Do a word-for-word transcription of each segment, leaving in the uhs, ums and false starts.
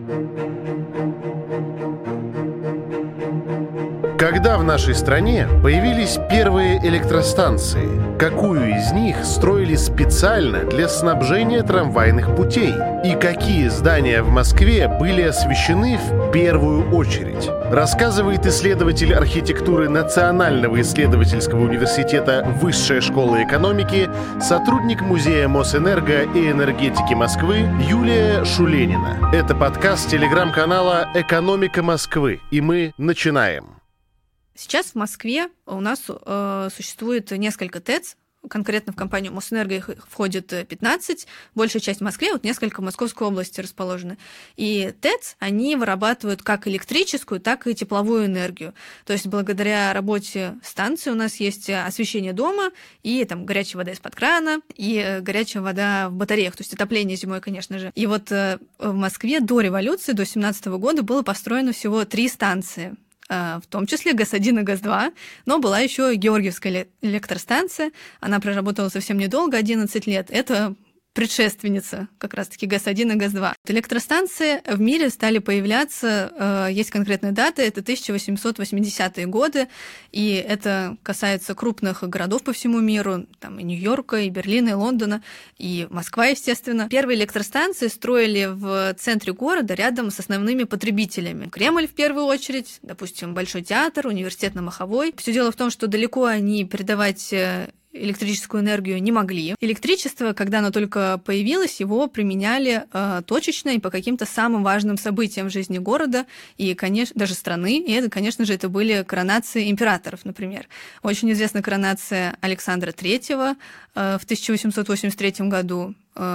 Когда в нашей стране появились первые электростанции? Какую из них строили специально для снабжения трамвайных путей? И какие здания в Москве были освещены в первую очередь? Рассказывает исследователь архитектуры Национального исследовательского университета Высшая школа экономики, сотрудник Музея Мосэнерго и энергетики Москвы Юлия Шуленина. Это подкаст телеграм-канала «Экономика Москвы», и мы начинаем. Сейчас в Москве у нас э, существует несколько ТЭЦ, конкретно в компанию Мосэнерго их входит пятнадцать, большая часть в Москве, вот несколько в Московской области расположены. И ТЭЦ, они вырабатывают как электрическую, так и тепловую энергию. То есть благодаря работе станции у нас есть освещение дома и там горячая вода из-под крана, и горячая вода в батареях, то есть отопление зимой, конечно же. И вот в Москве до революции, до семнадцатого года было построено всего три станции, в том числе ГЭС один и ГЭС два, но была еще Георгиевская электростанция, она проработала совсем недолго, одиннадцать лет. Это предшественница как раз-таки ГЭС один и ГЭС два. Электростанции в мире стали появляться, есть конкретная дата, это тысяча восемьсот восьмидесятые годы, и это касается крупных городов по всему миру, там и Нью-Йорка, и Берлина, и Лондона, и Москва, естественно. Первые электростанции строили в центре города рядом с основными потребителями. Кремль в первую очередь, допустим, Большой театр, университет на Маховой. Все дело в том, что далеко они передавать электрическую энергию не могли. Электричество, когда оно только появилось, его применяли э, точечно и по каким-то самым важным событиям в жизни города и, конечно, даже страны. И это, конечно же, это были коронации императоров, например. Очень известна коронация Александра Третьего э, в тысяча восемьсот восемьдесят третьем году.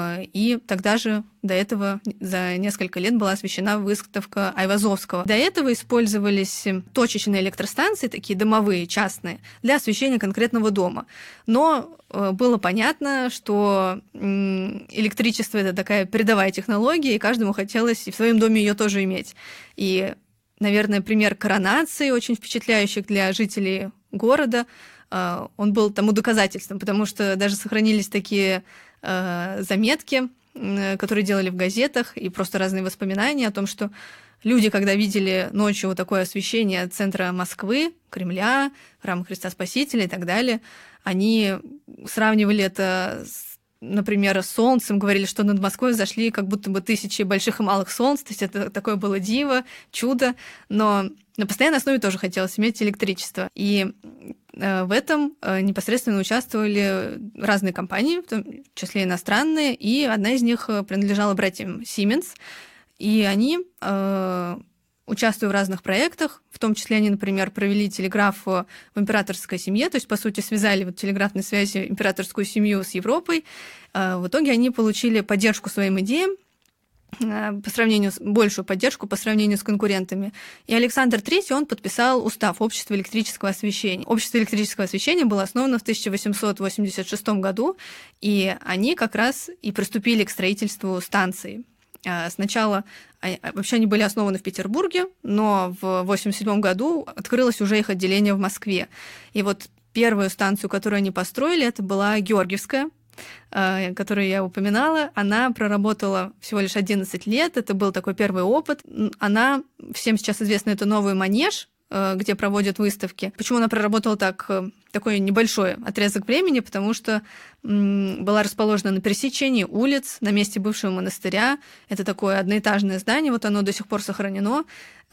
И тогда же до этого за несколько лет была освещена выставка Айвазовского. До этого использовались точечные электростанции, такие домовые, частные, для освещения конкретного дома. Но было понятно, что электричество — это такая передовая технология, и каждому хотелось и в своем доме ее тоже иметь. И, наверное, пример коронации, очень впечатляющих для жителей города, он был тому доказательством, потому что даже сохранились такие заметки, которые делали в газетах, и просто разные воспоминания о том, что люди, когда видели ночью вот такое освещение центра Москвы, Кремля, Храма Христа Спасителя и так далее, они сравнивали это с, например, с солнцем, говорили, что над Москвой взошли как будто бы тысячи больших и малых солнц, то есть это такое было диво, чудо, но на постоянной основе тоже хотелось иметь электричество. И в этом непосредственно участвовали разные компании, в том числе иностранные, и одна из них принадлежала братьям Siemens, и они, участвуя в разных проектах, в том числе они, например, провели телеграф в императорской семье, то есть, по сути, связали вот телеграфной связью императорскую семью с Европой. В итоге они получили поддержку своим идеям, по сравнению с, большую поддержку по сравнению с конкурентами. И Александр Третий, он подписал устав Общества электрического освещения. Общество электрического освещения было основано в тысяча восемьсот восемьдесят шестом году, и они как раз и приступили к строительству станции. Сначала вообще они были основаны в Петербурге, но в восемьдесят седьмом году открылось уже их отделение в Москве. И вот первую станцию, которую они построили, это была Георгиевская, которую я упоминала. Она проработала всего лишь одиннадцать лет, это был такой первый опыт. Она, всем сейчас известно, это новый манеж, где проводят выставки. Почему она проработала так, такой небольшой отрезок времени? Потому что была расположена на пересечении улиц, на месте бывшего монастыря. Это такое одноэтажное здание, вот оно до сих пор сохранено.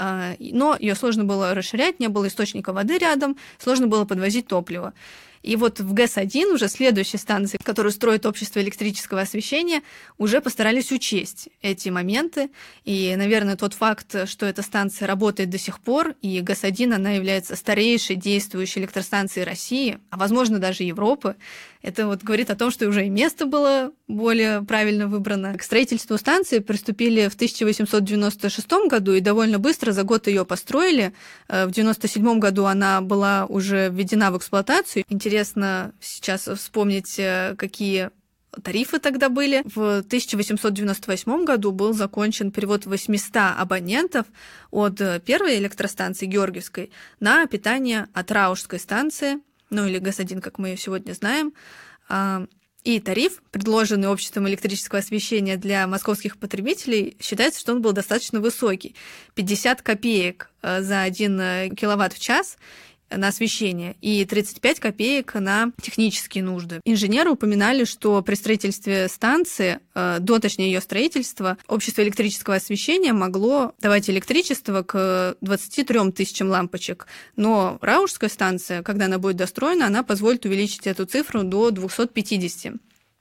Но ее сложно было расширять, не было источника воды рядом, сложно было подвозить топливо. И вот в ГЭС один, уже следующей станции, которую строит Общество электрического освещения, уже постарались учесть эти моменты. И, наверное, тот факт, что эта станция работает до сих пор, и ГЭС один, она является старейшей действующей электростанцией России, а, возможно, даже Европы, это вот говорит о том, что уже и место было более правильно выбрано. К строительству станции приступили в тысяча восемьсот девяносто шестом году, и довольно быстро, за год ее построили. В девяносто седьмом году она была уже введена в эксплуатацию. Интересно сейчас вспомнить, какие тарифы тогда были. В тысяча восемьсот девяносто восьмом году был закончен перевод восемьсот абонентов от первой электростанции Георгиевской на питание от Раушской станции, ну или ГЭС один, как мы ее сегодня знаем. И тариф, предложенный обществом электрического освещения для московских потребителей, считается, что он был достаточно высокий. пятьдесят копеек за один киловатт в час на освещение и тридцать пять копеек на технические нужды. Инженеры упоминали, что при строительстве станции, до, точнее, ее строительства, общество электрического освещения могло давать электричество к двадцати трём тысячам лампочек, но Раушская станция, когда она будет достроена, она позволит увеличить эту цифру до двухсот пятидесяти.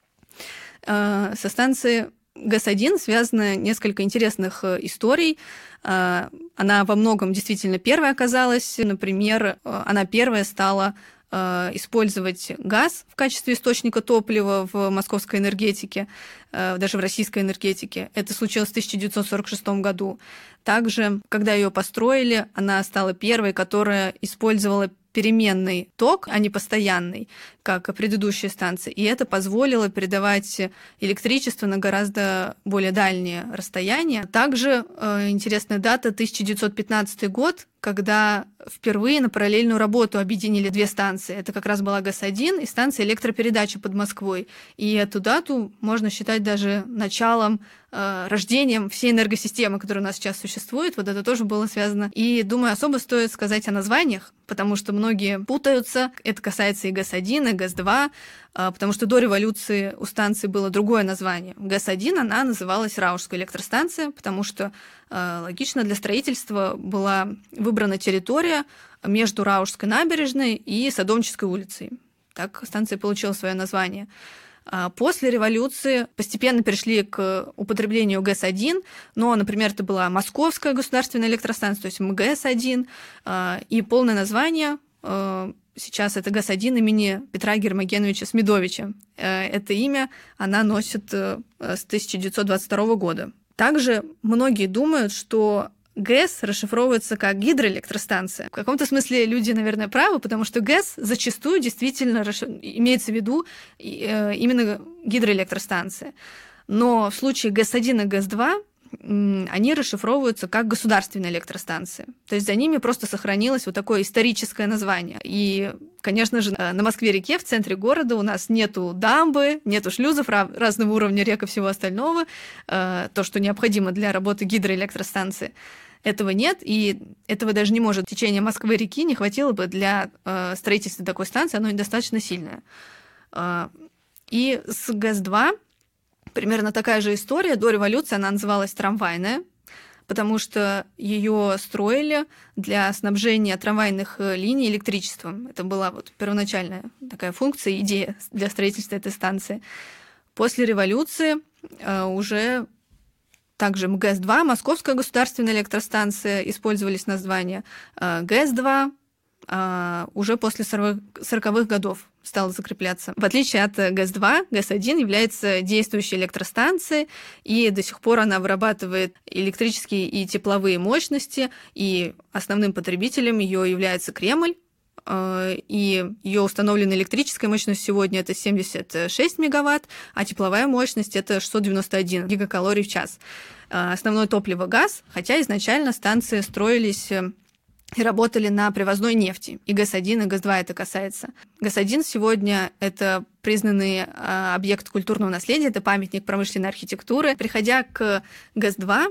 Со станцией ГЭС один связано несколько интересных историй. Она во многом действительно первая оказалась. Например, она первая стала использовать газ в качестве источника топлива в московской энергетике, даже в российской энергетике. Это случилось в тысяча девятьсот сорок шестом году. Также, когда ее построили, она стала первой, которая использовала переменный ток, а не постоянный, как предыдущие станции. И это позволило передавать электричество на гораздо более дальние расстояния. Также э, интересная дата — тысяча девятьсот пятнадцатый год, когда впервые на параллельную работу объединили две станции. Это как раз была ГЭС один и станция электропередачи под Москвой. И эту дату можно считать даже началом, э, рождением всей энергосистемы, которая у нас сейчас существует. Вот это тоже было связано. И, думаю, особо стоит сказать о названиях, потому что многие путаются. Это касается и ГЭС один, и ГЭС два, потому что до революции у станции было другое название. ГЭС один, она называлась Раушская электростанция, потому что логично, для строительства была выбрана территория между Раушской набережной и Садовнической улицей. Так станция получила свое название. После революции постепенно перешли к употреблению ГЭС один, но, например, это была Московская государственная электростанция, то есть эм гэ эс один, и полное название сейчас это ГЭС один имени Петра Гермогеновича Смедовича. Это имя она носит с тысяча девятьсот двадцать второго года. Также многие думают, что ГЭС расшифровывается как гидроэлектростанция. В каком-то смысле люди, наверное, правы, потому что ГЭС зачастую действительно расш... имеется в виду именно гидроэлектростанция. Но в случае ГЭС один и ГЭС два они расшифровываются как государственные электростанции. То есть за ними просто сохранилось вот такое историческое название. И, конечно же, на Москве-реке, в центре города, у нас нету дамбы, нету шлюзов разного уровня рек и всего остального. То, что необходимо для работы гидроэлектростанции. Этого нет, и этого даже не может. Течение Москвы-реки не хватило бы для строительства такой станции, оно недостаточно сильное. И с ГЭС два примерно такая же история. До революции она называлась трамвайная, потому что ее строили для снабжения трамвайных линий электричеством. Это была вот первоначальная такая функция, идея для строительства этой станции. После революции уже также эм гэ эс два, Московская государственная электростанция, использовались названия. ГЭС два уже после сороковых годов стала закрепляться. В отличие от ГЭС два, ГЭС один является действующей электростанцией, и до сих пор она вырабатывает электрические и тепловые мощности, и основным потребителем ее является Кремль, и ее установленная электрическая мощность сегодня это семьдесят шесть мегаватт, а тепловая мощность это шестьсот девяносто один гигакалорий в час. Основное топливо — газ, хотя изначально станции строились и работали на привозной нефти. И ГЭС один, и ГЭС два это касается. ГЭС один сегодня это признанный объект культурного наследия, это памятник промышленной архитектуры. Приходя к ГЭС два,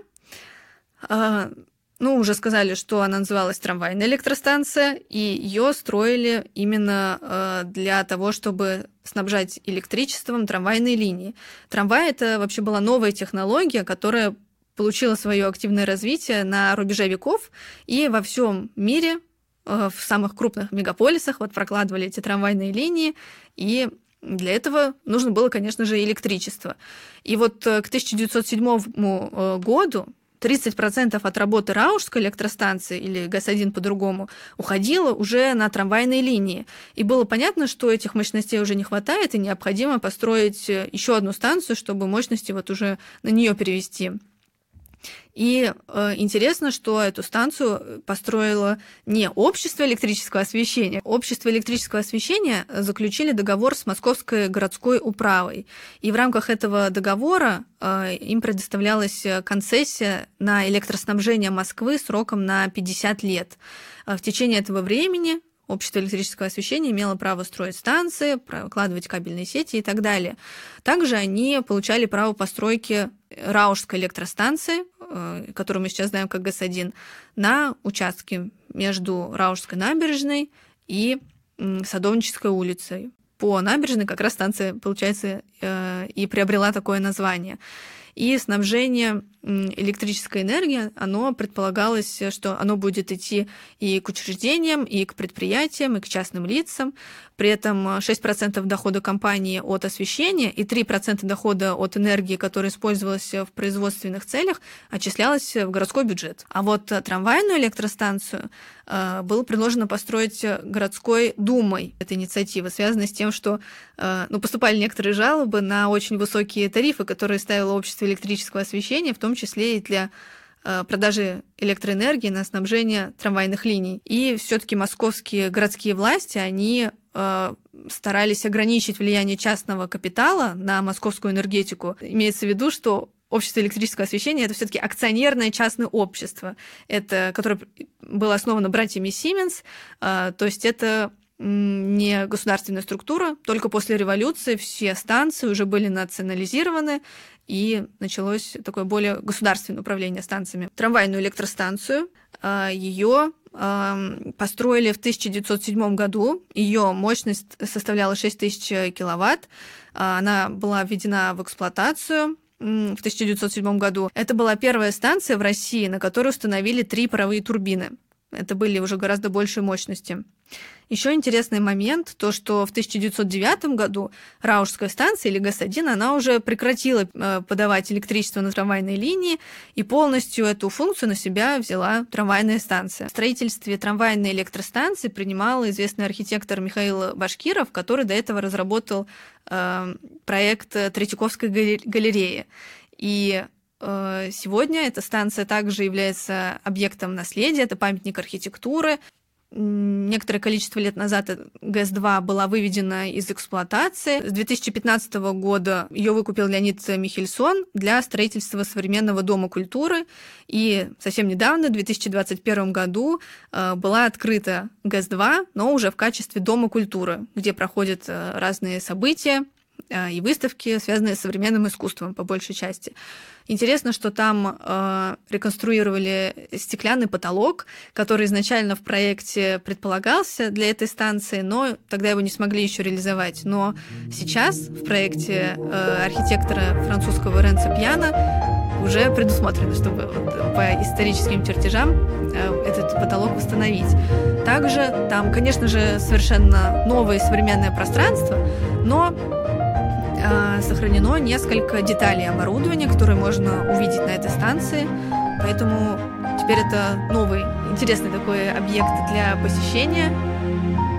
ну, уже сказали, что она называлась трамвайная электростанция, и ее строили именно для того, чтобы снабжать электричеством трамвайные линии. Трамвай — это вообще была новая технология, которая получила свое активное развитие на рубеже веков, и во всем мире, в самых крупных мегаполисах, вот прокладывали эти трамвайные линии, и для этого нужно было, конечно же, электричество. И вот к тысяча девятьсот седьмому году тридцать процентов от работы Раушской электростанции, или ГЭС один по-другому, уходило уже на трамвайные линии. И было понятно, что этих мощностей уже не хватает, и необходимо построить еще одну станцию, чтобы мощности вот уже на нее перевести. И э, интересно, что эту станцию построило не общество электрического освещения. Общество электрического освещения заключили договор с Московской городской управой. И в рамках этого договора э, им предоставлялась концессия на электроснабжение Москвы сроком на пятьдесят лет. В течение этого времени общество электрического освещения имело право строить станции, прокладывать кабельные сети и так далее. Также они получали право постройки Раушской электростанции, которую мы сейчас знаем как ГЭС один, на участке между Раушской набережной и Садовнической улицей. По набережной как раз станция, получается, и приобрела такое название. И снабжение электрической энергией, оно предполагалось, что оно будет идти и к учреждениям, и к предприятиям, и к частным лицам. При этом шесть процентов дохода компании от освещения и три процента дохода от энергии, которая использовалась в производственных целях, отчислялась в городской бюджет. А вот трамвайную электростанцию было предложено построить городской думой. Эта инициатива связана с тем, что ну, поступали некоторые жалобы на очень высокие тарифы, которые ставило общество электрического освещения, в том числе и для продажи электроэнергии на снабжение трамвайных линий. И все-таки московские городские власти, они старались ограничить влияние частного капитала на московскую энергетику. Имеется в виду, что общество электрического освещения — это все-таки акционерное частное общество, это, которое было основано братьями Siemens, то есть это не государственная структура. Только после революции все станции уже были национализированы, и началось такое более государственное управление станциями. Трамвайную электростанцию ее построили в тысяча девятьсот седьмом году. Ее мощность составляла шесть тысяч киловатт. Она была введена в эксплуатацию в тысяча девятьсот седьмом году. Это была первая станция в России, на которой установили три паровые турбины. Это были уже гораздо большие мощности. Еще интересный момент, то, что в тысяча девятьсот девятом году Раушская станция, или ГЭС один, она уже прекратила подавать электричество на трамвайные линии, и полностью эту функцию на себя взяла трамвайная станция. В строительстве трамвайной электростанции принимал известный архитектор Михаил Башкиров, который до этого разработал э, проект Третьяковской галереи. И сегодня эта станция также является объектом наследия, это памятник архитектуры. Некоторое количество лет назад ГЭС два была выведена из эксплуатации. С две тысячи пятнадцатого года ее выкупил Леонид Михельсон для строительства современного дома культуры. И совсем недавно, в две тысячи двадцать первом году, была открыта ГЭС два, но уже в качестве дома культуры, где проходят разные события и выставки, связанные с современным искусством, по большей части. Интересно, что там э, реконструировали стеклянный потолок, который изначально в проекте предполагался для этой станции, но тогда его не смогли еще реализовать. Но сейчас в проекте э, архитектора французского Ренцо Пьяно уже предусмотрено, чтобы вот, по историческим чертежам э, этот потолок восстановить. Также там, конечно же, совершенно новое современное пространство, но сохранено несколько деталей оборудования, которые можно увидеть на этой станции. Поэтому теперь это новый, интересный такой объект для посещения.